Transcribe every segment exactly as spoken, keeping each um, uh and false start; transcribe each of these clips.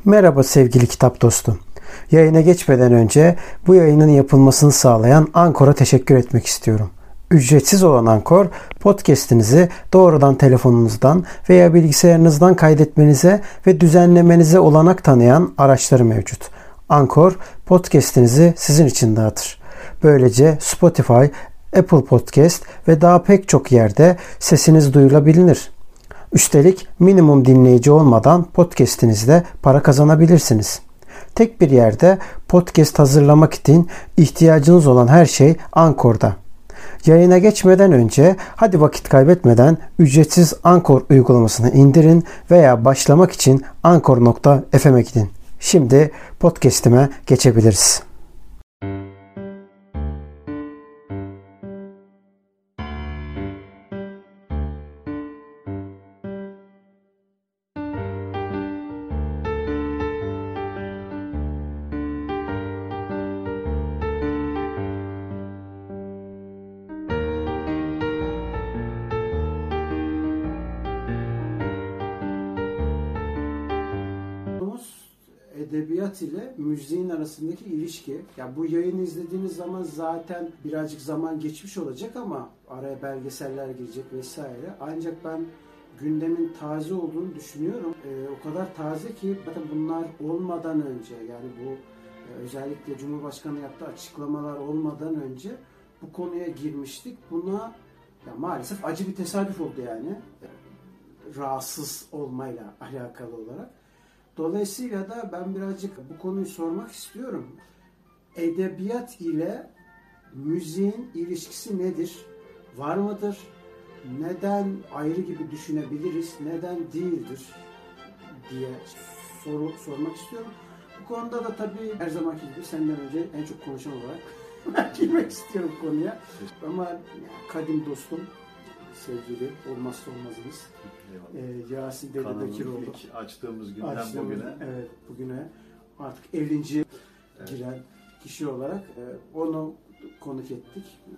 Merhaba sevgili kitap dostum. Yayına geçmeden önce bu yayının yapılmasını sağlayan Ankor'a teşekkür etmek istiyorum. Ücretsiz olan Ankor, podcast'inizi doğrudan telefonunuzdan veya bilgisayarınızdan kaydetmenize ve düzenlemenize olanak tanıyan araçları mevcut. Ankor, podcast'inizi sizin için dağıtır. Böylece Spotify, Apple Podcast ve daha pek çok yerde sesiniz duyulabilir. Üstelik minimum dinleyici olmadan podcast'inizde para kazanabilirsiniz. Tek bir yerde podcast hazırlamak için ihtiyacınız olan her şey Ankor'da. Yayına geçmeden önce hadi vakit kaybetmeden ücretsiz Ankor uygulamasını indirin veya başlamak için ankor nokta f m'e gidin. Şimdi podcast'ime geçebiliriz. Edebiyat ile müziğin arasındaki ilişki. Ya bu yayını izlediğiniz zaman zaten birazcık zaman geçmiş olacak ama araya belgeseller girecek vesaire. Ancak ben gündemin taze olduğunu düşünüyorum. Ee, o kadar taze ki zaten bunlar olmadan önce, yani bu e, özellikle Cumhurbaşkanı yaptığı açıklamalar olmadan önce bu konuya girmiştik. Buna ya maalesef acı bir tesadüf oldu yani. E, rahatsız olmayla alakalı olarak. Dolayısıyla da ben birazcık bu konuyu sormak istiyorum. Edebiyat ile müziğin ilişkisi nedir? Var mıdır? Neden ayrı gibi düşünebiliriz? Neden değildir? Diye soru sormak istiyorum. Bu konuda da tabii her zamanki gibi senden önce en çok konuşan olarak girmek istiyorum konuya. Ama kadim dostum, sevgili olmazsa olmazımız e, Yasin Delibekiroğlu. İlk açtığımız günden Açtığımız, bugüne. Evet, bugüne artık ellinci Evet. giren kişi olarak e, onu konuk ettik. E,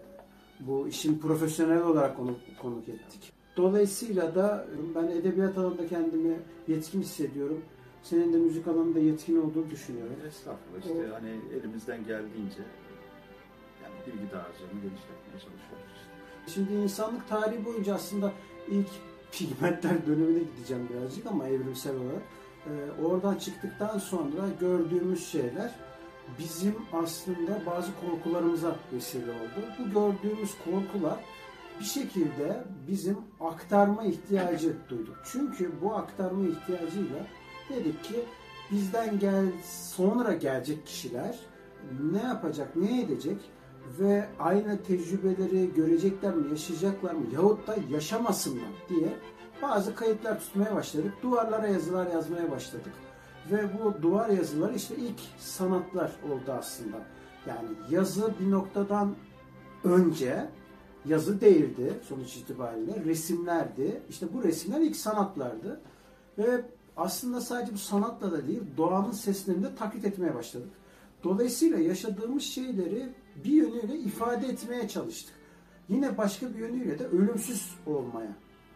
bu işin profesyonel olarak onu konuk ettik. Dolayısıyla da ben edebiyat alanında kendimi yetkin hissediyorum. Senin de müzik alanında yetkin olduğunu düşünüyorum. Estağfurullah. İşte o, hani elimizden geldiğince yani bilgi dağarcığını genişletmeye çalışıyoruz. Şimdi insanlık tarihi boyunca aslında ilk pigmentler dönemine gideceğim birazcık ama evrimsel olarak. Ee, oradan çıktıktan sonra gördüğümüz şeyler bizim aslında bazı korkularımıza vesile oldu. Bu gördüğümüz korkular bir şekilde bizim aktarma ihtiyacı duyduk. Çünkü bu aktarma ihtiyacıyla dedik ki bizden gel sonra gelecek kişiler ne yapacak, ne edecek? Ve aynı tecrübeleri görecekler mi, yaşayacaklar mı yahut da yaşamasınlar diye bazı kayıtlar tutmaya başladık. Duvarlara yazılar yazmaya başladık. Ve bu duvar yazıları işte ilk sanatlar oldu aslında. Yani yazı bir noktadan önce yazı değildi sonuç itibariyle. Resimlerdi. İşte bu resimler ilk sanatlardı. Ve aslında sadece bu sanatla da değil, doğanın seslerini de taklit etmeye başladık. Dolayısıyla yaşadığımız şeyleri bir yönüyle ifade etmeye çalıştık. Yine başka bir yönüyle de ölümsüz olmaya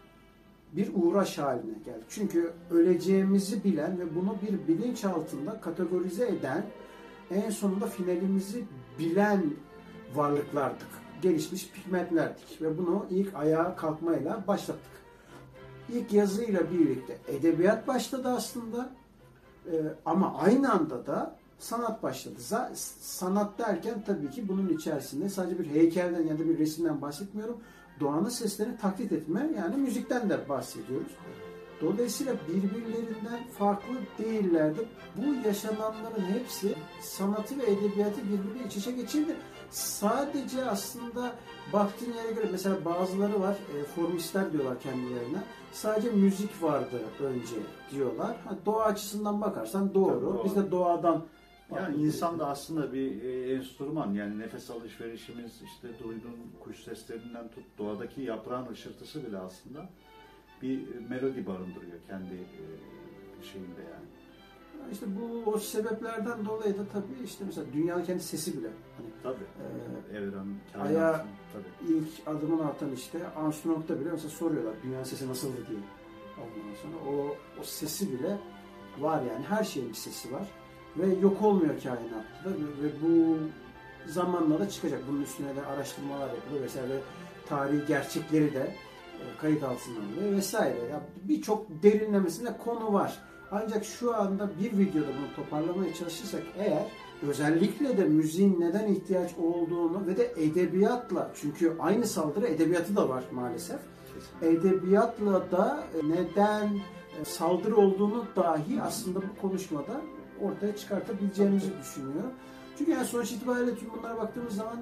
bir uğraş haline geldik. Çünkü öleceğimizi bilen ve bunu bir bilinç altında kategorize eden, en sonunda finalimizi bilen varlıklardık. Gelişmiş pigmentlerdik ve bunu ilk ayağa kalkmayla başlattık. İlk yazıyla birlikte edebiyat başladı aslında ee, ama aynı anda da sanat başladı. Sanat derken tabii ki bunun içerisinde sadece bir heykelden ya da bir resimden bahsetmiyorum. Doğanın seslerini taklit etme, yani müzikten de bahsediyoruz. Dolayısıyla birbirlerinden farklı değillerdi. Bu yaşananların hepsi sanatı ve edebiyatı birbirine iç içe geçirdi. Sadece aslında baktığın yere göre mesela bazıları var, e, formistler diyorlar kendilerine. Sadece müzik vardı önce diyorlar. Ha, doğa açısından bakarsan doğru. doğru. Biz de doğadan yani insan da aslında bir e, enstrüman, yani nefes alışverişimiz, işte duyduğun kuş seslerinden tut, doğadaki yaprağın ışırtısı bile aslında bir melodi barındırıyor kendi e, şeyinde yani. İşte bu o sebeplerden dolayı da tabii işte mesela dünyanın kendi sesi bile. Hani, tabii. E, Evren, Ay'a ilk adımını atan işte Armstrong'da bile mesela soruyorlar dünyanın sesi nasıldı diye. Ondan sonra o, o sesi bile var yani. Her şeyin bir sesi var. Ve yok olmuyor kainatta. Ve, ve bu zamanla da çıkacak. Bunun üstüne de araştırmalar yapılıyor vesaire. Ve tarihi gerçekleri de e, kayıt altına alınıyor vesaire. Ya birçok derinlemesine konu var. Ancak şu anda bir videoda bunu toparlamaya çalışırsak eğer, özellikle de müziğin neden ihtiyaç olduğunu ve de edebiyatla, çünkü aynı saldırı edebiyatı da var maalesef. Edebiyatla da neden saldırı olduğunu dahi aslında bu konuşmada ortaya çıkartabileceğimizi düşünüyorum. Çünkü yani sonuç itibariyle tüm bunlara baktığımız zaman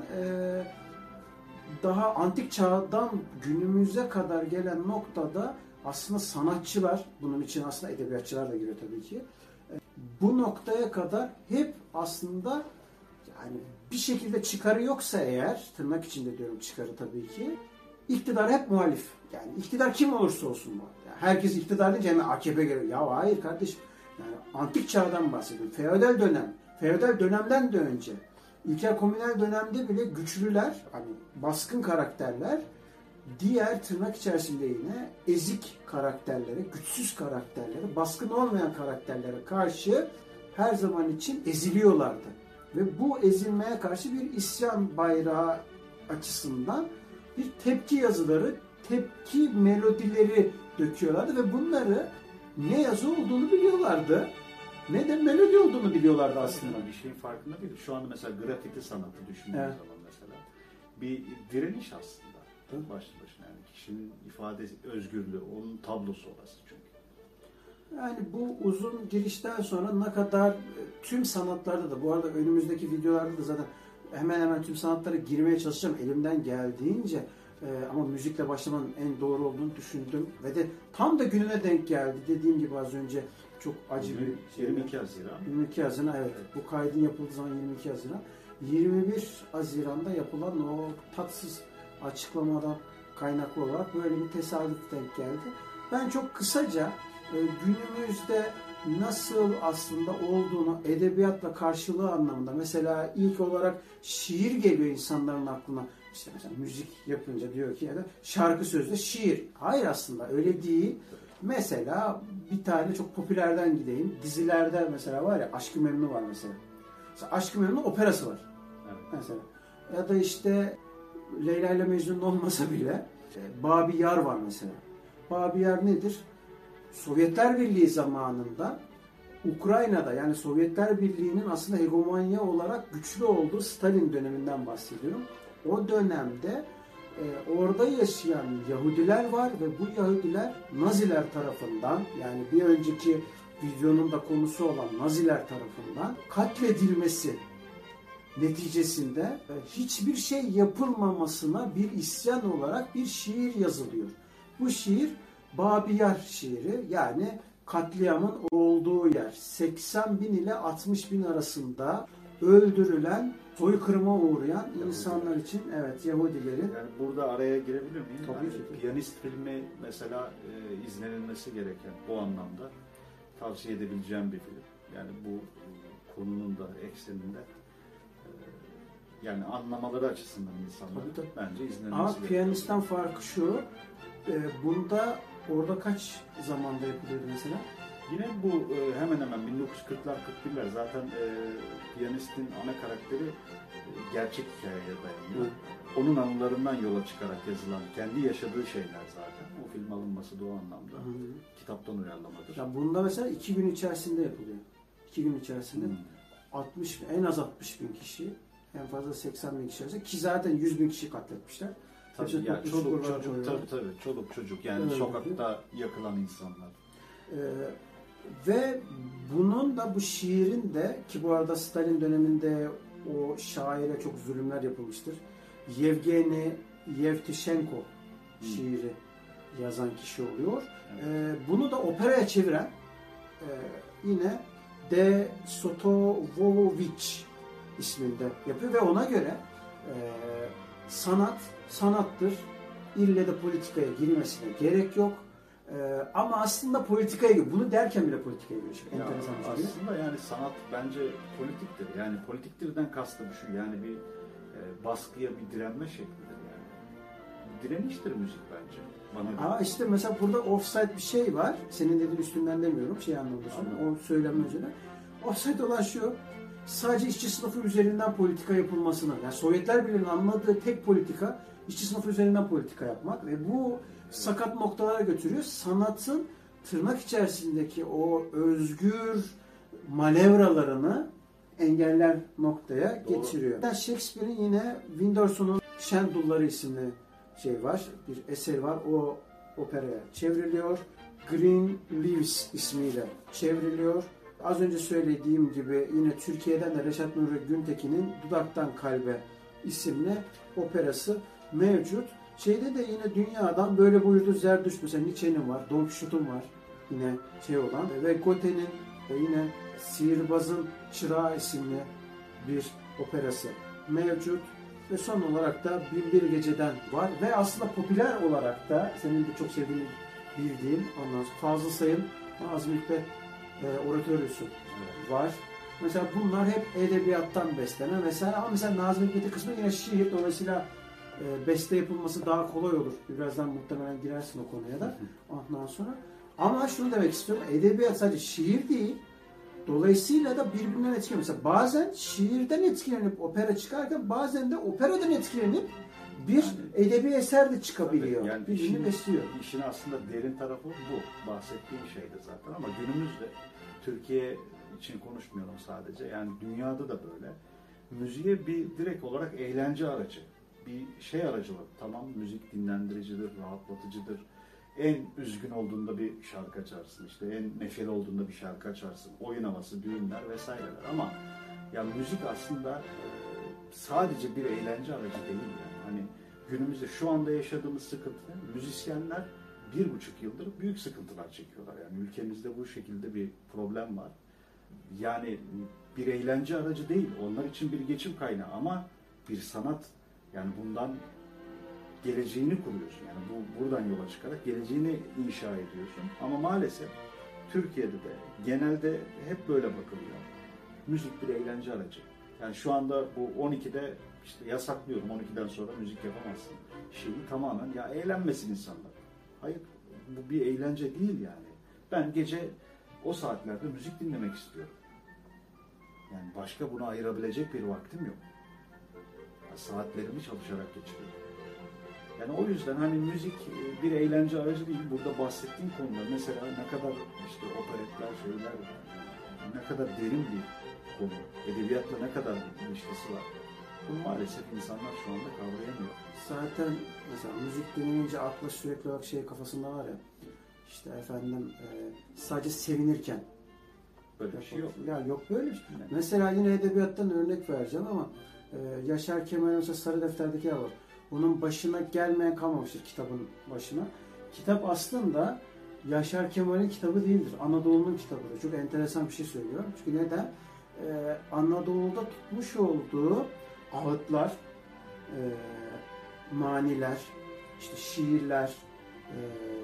daha antik çağdan günümüze kadar gelen noktada aslında sanatçılar, bunun için aslında edebiyatçılar da giriyor tabii ki, bu noktaya kadar hep aslında yani bir şekilde çıkarı yoksa eğer, tırnak içinde diyorum çıkarı tabii ki, iktidar hep muhalif. Yani iktidar kim olursa olsun bu. Yani herkes iktidar deyince hemen A K P geliyor. Ya hayır kardeşim. Yani antik çağdan bahsediyorum. Feodal dönem. Feodal dönemden de önce. İlkel komünel dönemde bile güçlüler, hani baskın karakterler, diğer tırnak içerisinde yine ezik karakterlere, güçsüz karakterlere, baskın olmayan karakterlere karşı her zaman için eziliyorlardı. Ve bu ezilmeye karşı bir isyan bayrağı açısından bir tepki yazıları, tepki melodileri döküyorlardı ve bunları ne yazı olduğunu biliyorlardı, ne de melodi olduğunu biliyorlardı aslında. Bir şeyin farkında değil. Şu anda mesela grafiti sanatı düşündüğümüz Evet. zaman mesela bir direniş aslında. Başlı başına yani kişinin ifade özgürlüğü, onun tablosu orası çünkü. Yani bu uzun girişten sonra ne kadar tüm sanatlarda da, bu arada önümüzdeki videolarda da zaten hemen hemen tüm sanatlara girmeye çalışacağım elimden geldiğince, e, ama müzikle başlamanın en doğru olduğunu düşündüm ve de tam da gününe denk geldi. Dediğim gibi az önce çok acı bir yirmi iki Haziran. yirmi iki Haziran evet. evet. Bu kaydın yapıldığı zaman yirmi iki Haziran. yirmi bir Haziran'da yapılan o tatsız açıklamadan kaynaklı olarak böyle bir tesadüf denk geldi. Ben çok kısaca e, günümüzde nasıl aslında olduğunu edebiyatla karşılığı anlamında, mesela ilk olarak şiir geliyor insanların aklına. İşte mesela müzik yapınca diyor ki ya da şarkı sözde şiir. Hayır, aslında öyle değil. Mesela bir tane çok popülerden gideyim. Dizilerde mesela var ya, Aşk-ı Memnu var mesela. Mesela Aşk-ı Memnu operası var. Evet. Mesela. Ya da işte Leyla ile Mecnun olmasa bile Babi Yar var mesela. Babi Yar nedir? Sovyetler Birliği zamanında Ukrayna'da, yani Sovyetler Birliği'nin aslında hegemonya olarak güçlü olduğu Stalin döneminden bahsediyorum. O dönemde e, orada yaşayan Yahudiler var ve bu Yahudiler Naziler tarafından, yani bir önceki videonun da konusu olan Naziler tarafından katledilmesi neticesinde e, hiçbir şey yapılmamasına bir isyan olarak bir şiir yazılıyor. Bu şiir Babi Yar şiiri, yani katliamın olduğu yer. seksen bin ile altmış bin arasında öldürülen, soykırıma uğrayan Yahudiler. insanlar için, evet, Yahudilerin. Yani burada araya girebilir miyim? Tabii yani ki. Piyanist filmi mesela e, izlenilmesi gereken, bu anlamda tavsiye edebileceğim bir film. Yani bu e, konunun da ekseninde e, yani anlamaları açısından insanların tabii, tabii. bence izlenilmesi Ama gerekiyor. Piyanist'ten farkı şu, e, bunda orada kaç zamanda yapılıyordu mesela? Yine bu e, hemen hemen bin dokuz yüz kırklar kırk birler zaten e, Piyanist'in ana karakteri e, gerçek hikayeye dayanıyor. Hı. Onun anılarından yola çıkarak yazılan, kendi yaşadığı şeyler zaten. O film alınması da o anlamda Hı. kitaptan uyarlamadır. Ya bunda mesela iki gün içerisinde yapılıyor. İki gün içerisinde Hı. altmış, en az altmış bin kişi, en fazla seksen bin kişi arasında, ki zaten yüz bin kişi katletmişler. Tabii ya, yani çoluk çocuk, tabii tabii çoluk çocuk, yani evet, sokakta yakılan insanlar. Ee, ve bunun da, bu şiirin de, ki bu arada Stalin döneminde o şaire çok zulümler yapılmıştır. Yevgeni Yevtushenko hmm. şiiri yazan kişi oluyor. Evet. Ee, bunu da operaya çeviren e, yine De Sotovovic isminde yapıyor ve ona göre e, sanat sanattır. İlle de politikaya girmesine gerek yok. Ee, ama aslında politikaya giriyor. Bunu derken bile politikaya giriyor. Ya aslında yani sanat bence politiktir. Yani politiktirden kastım şu, yani bir e, baskıya bir direnme şeklidir yani. Direniştir müzik bence. bana göre. Ama işte mesela burada offside bir şey var. Senin dediğin üstünden demiyorum. Şey anlamda söylüyorum. O söyleme üzerine. Offside olan şu. Sadece işçi sınıfı üzerinden politika yapılmasına. Yani Sovyetler Birliği'nin anladığı tek politika işçi sınıfı üzerinden politika yapmak ve bu sakat noktalara götürüyor. Sanatın tırnak içerisindeki o özgür manevralarını engeller noktaya Doğru. getiriyor. Yani Shakespeare'in yine Windsor'un Şendulları isimli şey var. Bir eser var. O operaya çevriliyor. Green Leaves ismiyle çevriliyor. Az önce söylediğim gibi yine Türkiye'den de Reşat Nuri Güntekin'in Dudaktan Kalbe isimli operası mevcut. Şeyde de yine dünyadan böyle buyurdu Zerdüşt, mesela Nietzsche'nin var, Don Quixote'un var yine şey olan ve Goethe'nin ve yine Sihirbazın Çırağı isimli bir operası mevcut. Ve son olarak da Bin Bir Geceden var ve aslında popüler olarak da senin de çok sevdiğin, bildiğin ondan sonra Fazıl Say'ın Nazım Hikmet e, oratöryüsü var. Mesela bunlar hep edebiyattan beslenen mesela, ama mesela Nazım Hikmet'in kısmı yine şiir, dolayısıyla e, beste yapılması daha kolay olur. Birazdan muhtemelen girersin o konuya da ondan sonra. Ama şunu demek istiyorum, edebiyat sadece şiir değil, dolayısıyla da birbirinden etkileniyor. Mesela bazen şiirden etkilenip opera çıkarken bazen de operadan etkilenip bir yani, edebi eser de çıkabiliyor. Yani birbirini işin, besliyor. İşin aslında derin tarafı bu. Bahsettiğim şeydi zaten, ama günümüzde Türkiye için konuşmuyorum sadece. Yani dünyada da böyle. Müziğe bir direkt olarak eğlence aracı. Bir şey aracılık. Tamam, müzik dinlendiricidir, rahatlatıcıdır. En üzgün olduğunda bir şarkı açarsın, işte en neşeli olduğunda bir şarkı açarsın, oyun havası, düğünler vesaireler. Ama ya müzik aslında e, sadece bir eğlence aracı değil yani. Hani günümüzde şu anda yaşadığımız sıkıntı, müzisyenler bir buçuk yıldır büyük sıkıntılar çekiyorlar. Yani ülkemizde bu şekilde bir problem var. Yani bir eğlence aracı değil, onlar için bir geçim kaynağı ama bir sanat. Yani bundan geleceğini kuruyorsun. Yani bu buradan yola çıkarak geleceğini inşa ediyorsun. Ama maalesef Türkiye'de de genelde hep böyle bakılıyor. Müzik bir eğlence aracı. Yani şu anda bu on ikide işte yasaklıyorum, on ikiden sonra müzik yapamazsın şeyi tamamen ya eğlenmesin insanlar. Hayır, bu bir eğlence değil yani. Ben gece o saatlerde müzik dinlemek istiyorum. Yani başka buna ayırabilecek bir vaktim yok. Ya saatlerimi çalışarak geçiriyorum. Yani o yüzden hani müzik bir eğlence aracı değil. Burada bahsettiğim konular mesela ne kadar işte operetler, şeyler, ne kadar derin bir konu. Edebiyatla ne kadar ilişkisi var. Bunu maalesef insanlar şu anda kavrayamıyor. Zaten mesela müzik denilince akla sürekli olarak şey kafasında var ya, işte efendim e, sadece sevinirken. Böyle bir şey yok. Ya yok böyle bir şey. Yani. Mesela yine edebiyattan örnek vereceğim ama e, Yaşar Kemal'in mesela Sarı Defter'deki yer var. Onun başına gelmeyen kalmamıştır kitabın başına. Kitap aslında Yaşar Kemal'in kitabı değildir. Anadolu'nun kitabıdır. Çok enteresan bir şey söylüyorum. Çünkü neden? Ee, Anadolu'da tutmuş olduğu ağıtlar, e, maniler, işte şiirler, e,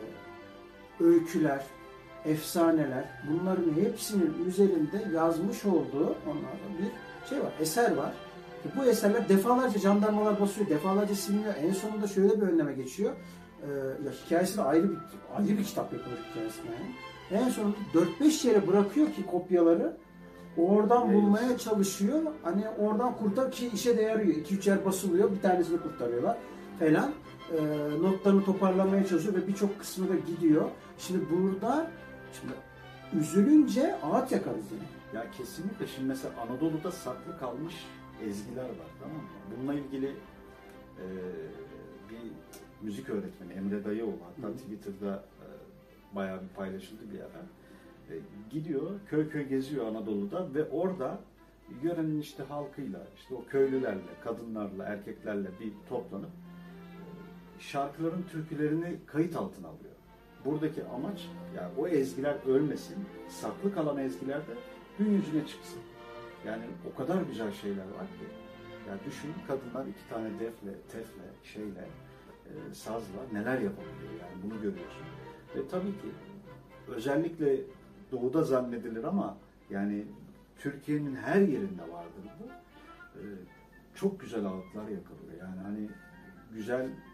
öyküler, efsaneler, bunların hepsinin üzerinde yazmış olduğu onlarda bir şey var, eser var. Bu eserler defalarca jandarmalar basıyor, defalarca siliniyor. En sonunda şöyle bir önleme geçiyor. Ee, ya hikayesi de ayrı bir ayrı bir kitap yapılır hikayesi yani. En sonunda dört beş yere bırakıyor ki kopyaları. Oradan evet. bulmaya çalışıyor. Hani oradan kurtar ki işe de yarıyor. iki üç yer basılıyor. Bir tanesini kurtarıyorlar falan. Ee, notlarını toparlamaya çalışıyor ve birçok kısmı da gidiyor. Şimdi burada şimdi üzülünce ağıt yakarız yani. Ya kesinlikle. Şimdi mesela Anadolu'da saklı kalmış ezgiler var, tamam mı? Bununla ilgili e, bir müzik öğretmeni Emre Dayıoğlu, hatta Hı. Twitter'da e, bayağı bir paylaşıldı bir ara. E, gidiyor, köy köy geziyor Anadolu'da ve orada yörenin işte halkıyla, işte o köylülerle, kadınlarla, erkeklerle bir toplanıp e, şarkıların, türkülerini kayıt altına alıyor. Buradaki amaç yani o ezgiler ölmesin, saklı kalan ezgiler de gün yüzüne çıksın. Yani o kadar güzel şeyler var ki. Yani düşün, kadınlar iki tane defle, tefle, şeyle, e, sazla neler yapabiliyor yani, bunu görüyorsun. Ve tabii ki özellikle doğuda zannedilir ama yani Türkiye'nin her yerinde vardır bu. E, çok güzel ağıtlar yakılıyor. Yani hani güzel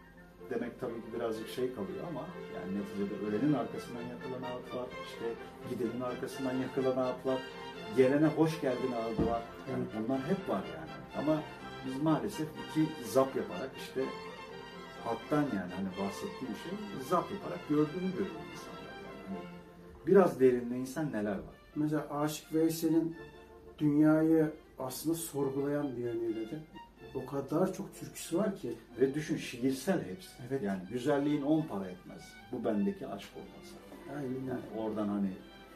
demek tabii ki birazcık şey kalıyor ama yani neticede ölenin arkasından yakılan ağıt var, işte gidenin arkasından yakılan ağıt var, gelene hoş geldin ağıdı var. Yani bunlar hep var yani. Ama biz maalesef iki zap yaparak işte halktan yani hani bahsettiğim şey zap yaparak gördüğünü görüyor insanlar yani. Hani biraz derinle insan neler var. Mesela Aşık Veysel'in dünyayı aslında sorgulayan bir yönüyle de o kadar çok türküsü var ki. Ve düşün şiirsel hepsi. Evet. Yani güzelliğin on para etmez. Bu bendeki aşk olmasa. Aynen. Yani oradan hani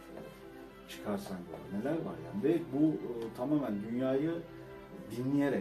çıkarsan böyle neler var yani. Ve bu e, tamamen dünyayı dinleyerek,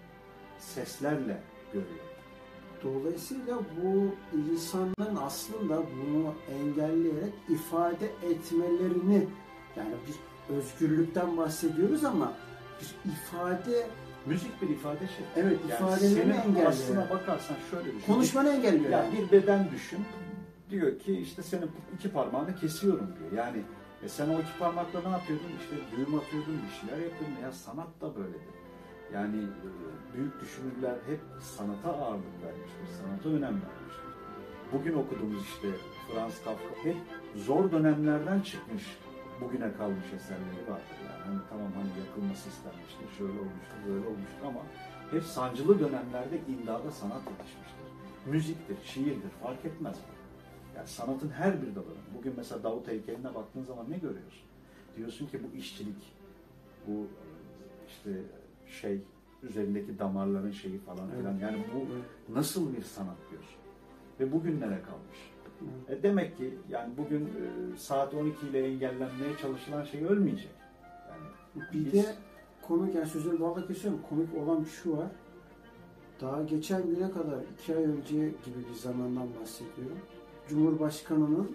seslerle görüyor. Dolayısıyla bu insanların aslında bunu engelleyerek ifade etmelerini, yani bir özgürlükten bahsediyoruz ama bir ifade, Müzik bir ifade şey. evet, Yani ifadelerini senin engelliyor. aslına bakarsan şöyle düşün. Konuşmanı engelliyor. Ya Yani. bir beden düşün. Diyor ki işte senin iki parmağını kesiyorum diyor. Yani e sen o iki parmakla ne yapıyordun? İşte düğüm atıyordun, bir şeyler yapıyordun. Ya sanat da böyledir. Yani e, büyük düşünürler hep sanata ağırlık vermiştir. Sanata önem vermiştir. Bugün okuduğumuz işte Franz Kafka hep zor dönemlerden çıkmış, bugüne kalmış eserleri vardır. Yani hani tamam hani yakılması istenmiştir, şöyle olmuştur, böyle olmuştur ama hep sancılı dönemlerde imdada sanat yetişmiştir. Müziktir, şiirdir, fark etmez. Yani sanatın her bir dalı. Bugün mesela Davut heykeline baktığın zaman ne görüyorsun? Diyorsun ki bu işçilik, bu işte şey üzerindeki damarların şeyi falan filan. Yani bu nasıl bir sanat diyorsun? Ve bugünlere kalmış. E demek ki yani bugün e, saat on iki ile engellenmeye çalışılan şey ölmeyecek. Yani bir biz... de komik, yani sözleri bağla kesiyorum, komik olan şu var. Daha geçen güne kadar, iki ay önce gibi bir zamandan bahsediyorum. Cumhurbaşkanının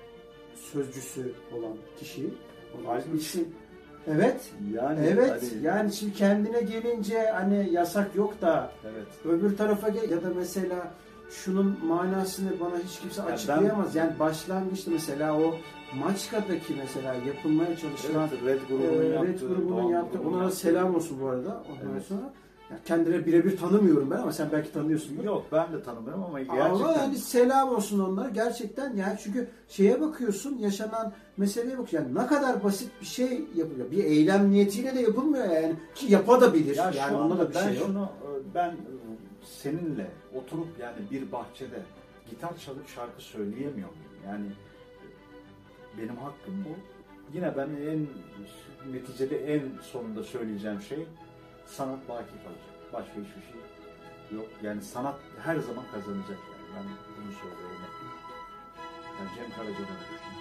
sözcüsü olan kişi, olan isim. Evet. Yani evet. Hani... Yani şimdi kendine gelince hani yasak yok da evet. öbür tarafa gel ya da mesela şunun manasını bana hiç kimse yani açıklayamaz. Ben... Yani başlangıçta mesela o Maçka'daki mesela yapılmaya çalışılan evet, Red grubunun e, yaptığı, Red grubunun yaptığı, onlara yaptığı. selam olsun bu arada. Ondan evet. sonra yani kendileri birebir tanımıyorum ben ama sen belki tanıyorsundur. Yok ben de tanımıyorum ama gerçekten. Ama yani selam olsun onlara gerçekten, yani çünkü şeye bakıyorsun, yaşanan meseleye bakıyorsun. Yani ne kadar basit bir şey yapılıyor. Bir eylem niyetiyle de yapılmıyor yani. Ki yapabilir. Ya yani onda da bir ben şey yok. şunu ben seninle oturup yani bir bahçede gitar çalıp şarkı söyleyemiyor muyum? Yani benim hakkım bu. Yine ben en neticede en sonunda söyleyeceğim şey sanat baki kalacak. Başka hiçbir şey yok. Yani sanat her zaman kazanacak yani. Ben bunu söylüyorum. Yani Cem Karaca'dan düşün.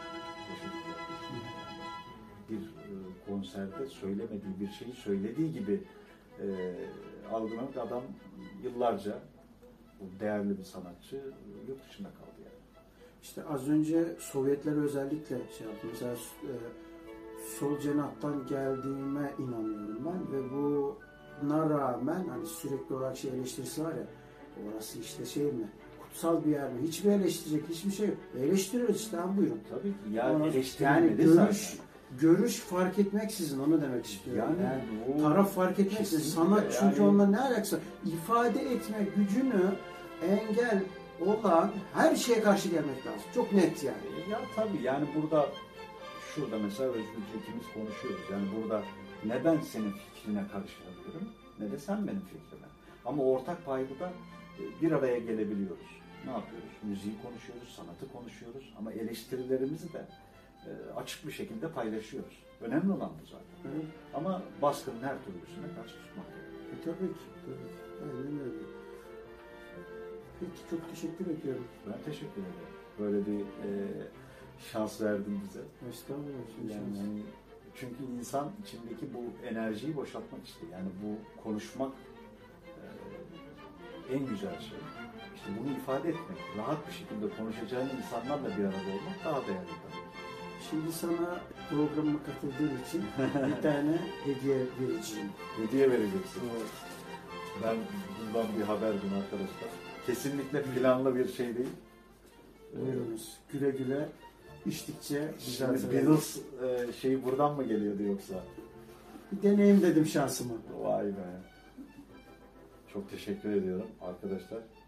Bir e, konserde söylemediği bir şeyi söylediği gibi e, algılanıp adam yıllarca bu değerli bir sanatçı yurt dışında kaldı yani. İşte az önce Sovyetler özellikle şey yaptım. Mesela e, sol cenahtan geldiğime inanıyorum ben ve buna rağmen hani sürekli olarak şey eleştirisi var ya, orası işte şey mi, kutsal bir yer mi? Hiçbir eleştirecek hiçbir şey yok. Eleştiriyoruz işte, ha buyurun. Tabii ki yani Ona, eleştirilmeli yani görüş, zaten. Görüş fark etmeksizin onu demek istiyorum. Yani, yani o, taraf fark etmeksizin. Sanat çünkü yani, onunla ne alakası? İfade etme gücünü engel olan her şeye karşı gelmek lazım. Çok net yani. Ya tabii yani burada şurada mesela özgürce ikimiz konuşuyoruz. Yani burada ne ben senin fikrine karışabiliyorum ne de sen benim fikrime. Ama ortak paydada bir araya gelebiliyoruz. Ne yapıyoruz? Müziği konuşuyoruz, sanatı konuşuyoruz ama eleştirilerimizi de açık bir şekilde paylaşıyoruz. Önemli olan bu zaten. Evet. Ama baskının her türlüsüne karşı tutmak. E, tabii ki. Tabii ki. Aynen öyle. Peki çok teşekkür ediyorum. Ben teşekkür ederim. Böyle bir e, şans verdin bize. Estağfurullah. Yani, yani, çünkü insan içindeki bu enerjiyi boşaltmak istiyor. Yani bu konuşmak e, en güzel şey. İşte bunu ifade etmek, rahat bir şekilde konuşacağın insanlarla bir arada olmak daha değerli tabii. Şimdi sana programa katıldığın için bir tane hediye vereceğim. Hediye vereceksin. Evet. Ben bundan bir haberdim arkadaşlar. Kesinlikle planlı bir şey değil. Buyurunuz. Güle güle içtikçe güzel. Şimdi Beatles e, şeyi buradan mı geliyordu yoksa? Bir deneyim dedim şansımı. Vay be. Çok teşekkür ediyorum arkadaşlar.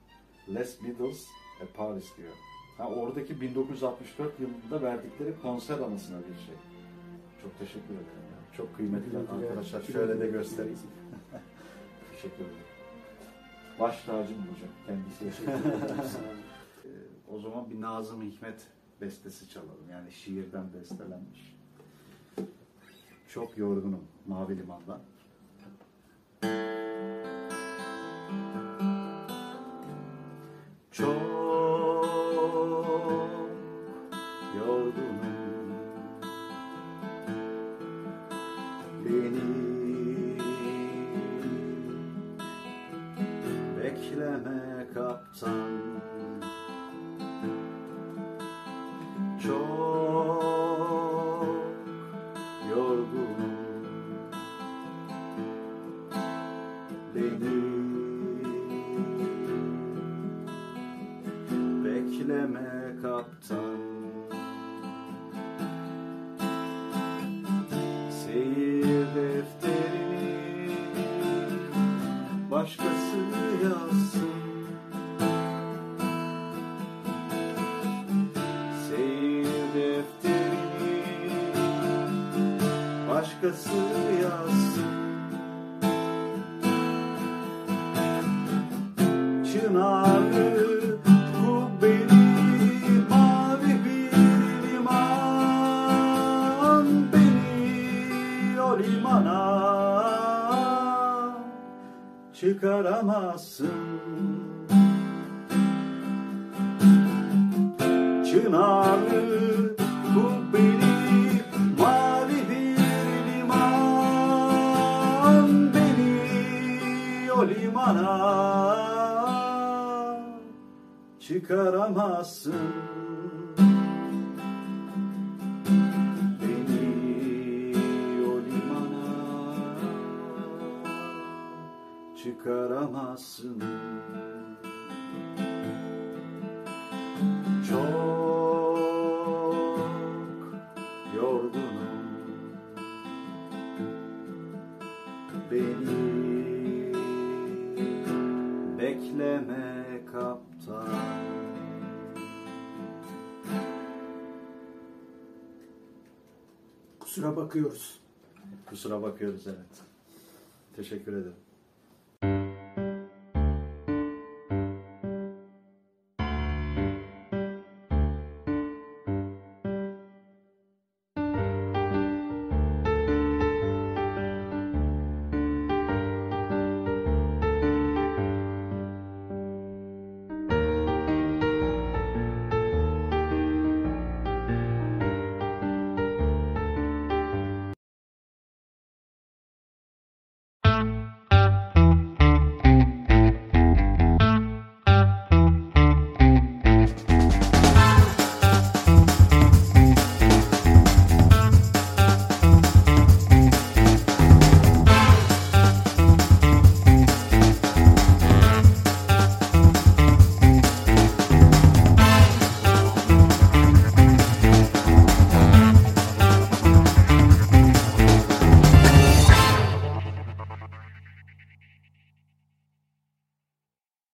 Les Beatles at Paris diyor. Ha, oradaki bin dokuz yüz altmış dört yılında verdikleri konser anısına bir şey. Çok teşekkür ederim. Ya. Çok kıymetli arkadaşlar. Şöyle de göstereyim. Teşekkür ederim. Baş tacım olacak kendisi. O zaman bir Nazım Hikmet bestesi çalalım. Yani şiirden bestelenmiş. Çok yorgunum Mavi Liman'dan. Çok yorgunum, beni bekleme kaptan. Çok yorgunum, beni bekleme kaptan. Seyir defterini başkası yazsın. Başkası yazsın. Çınarlı kubbeli mavi bir liman, beni o limana çıkaramazsın. Çınarlı kubbeli o limana çıkaramazsın. Beni o limana çıkaramazsın. Çok yorgunum, beni bekleme kaptan. Kusura bakıyoruz. Kusura bakıyoruz, evet. Teşekkür ederim.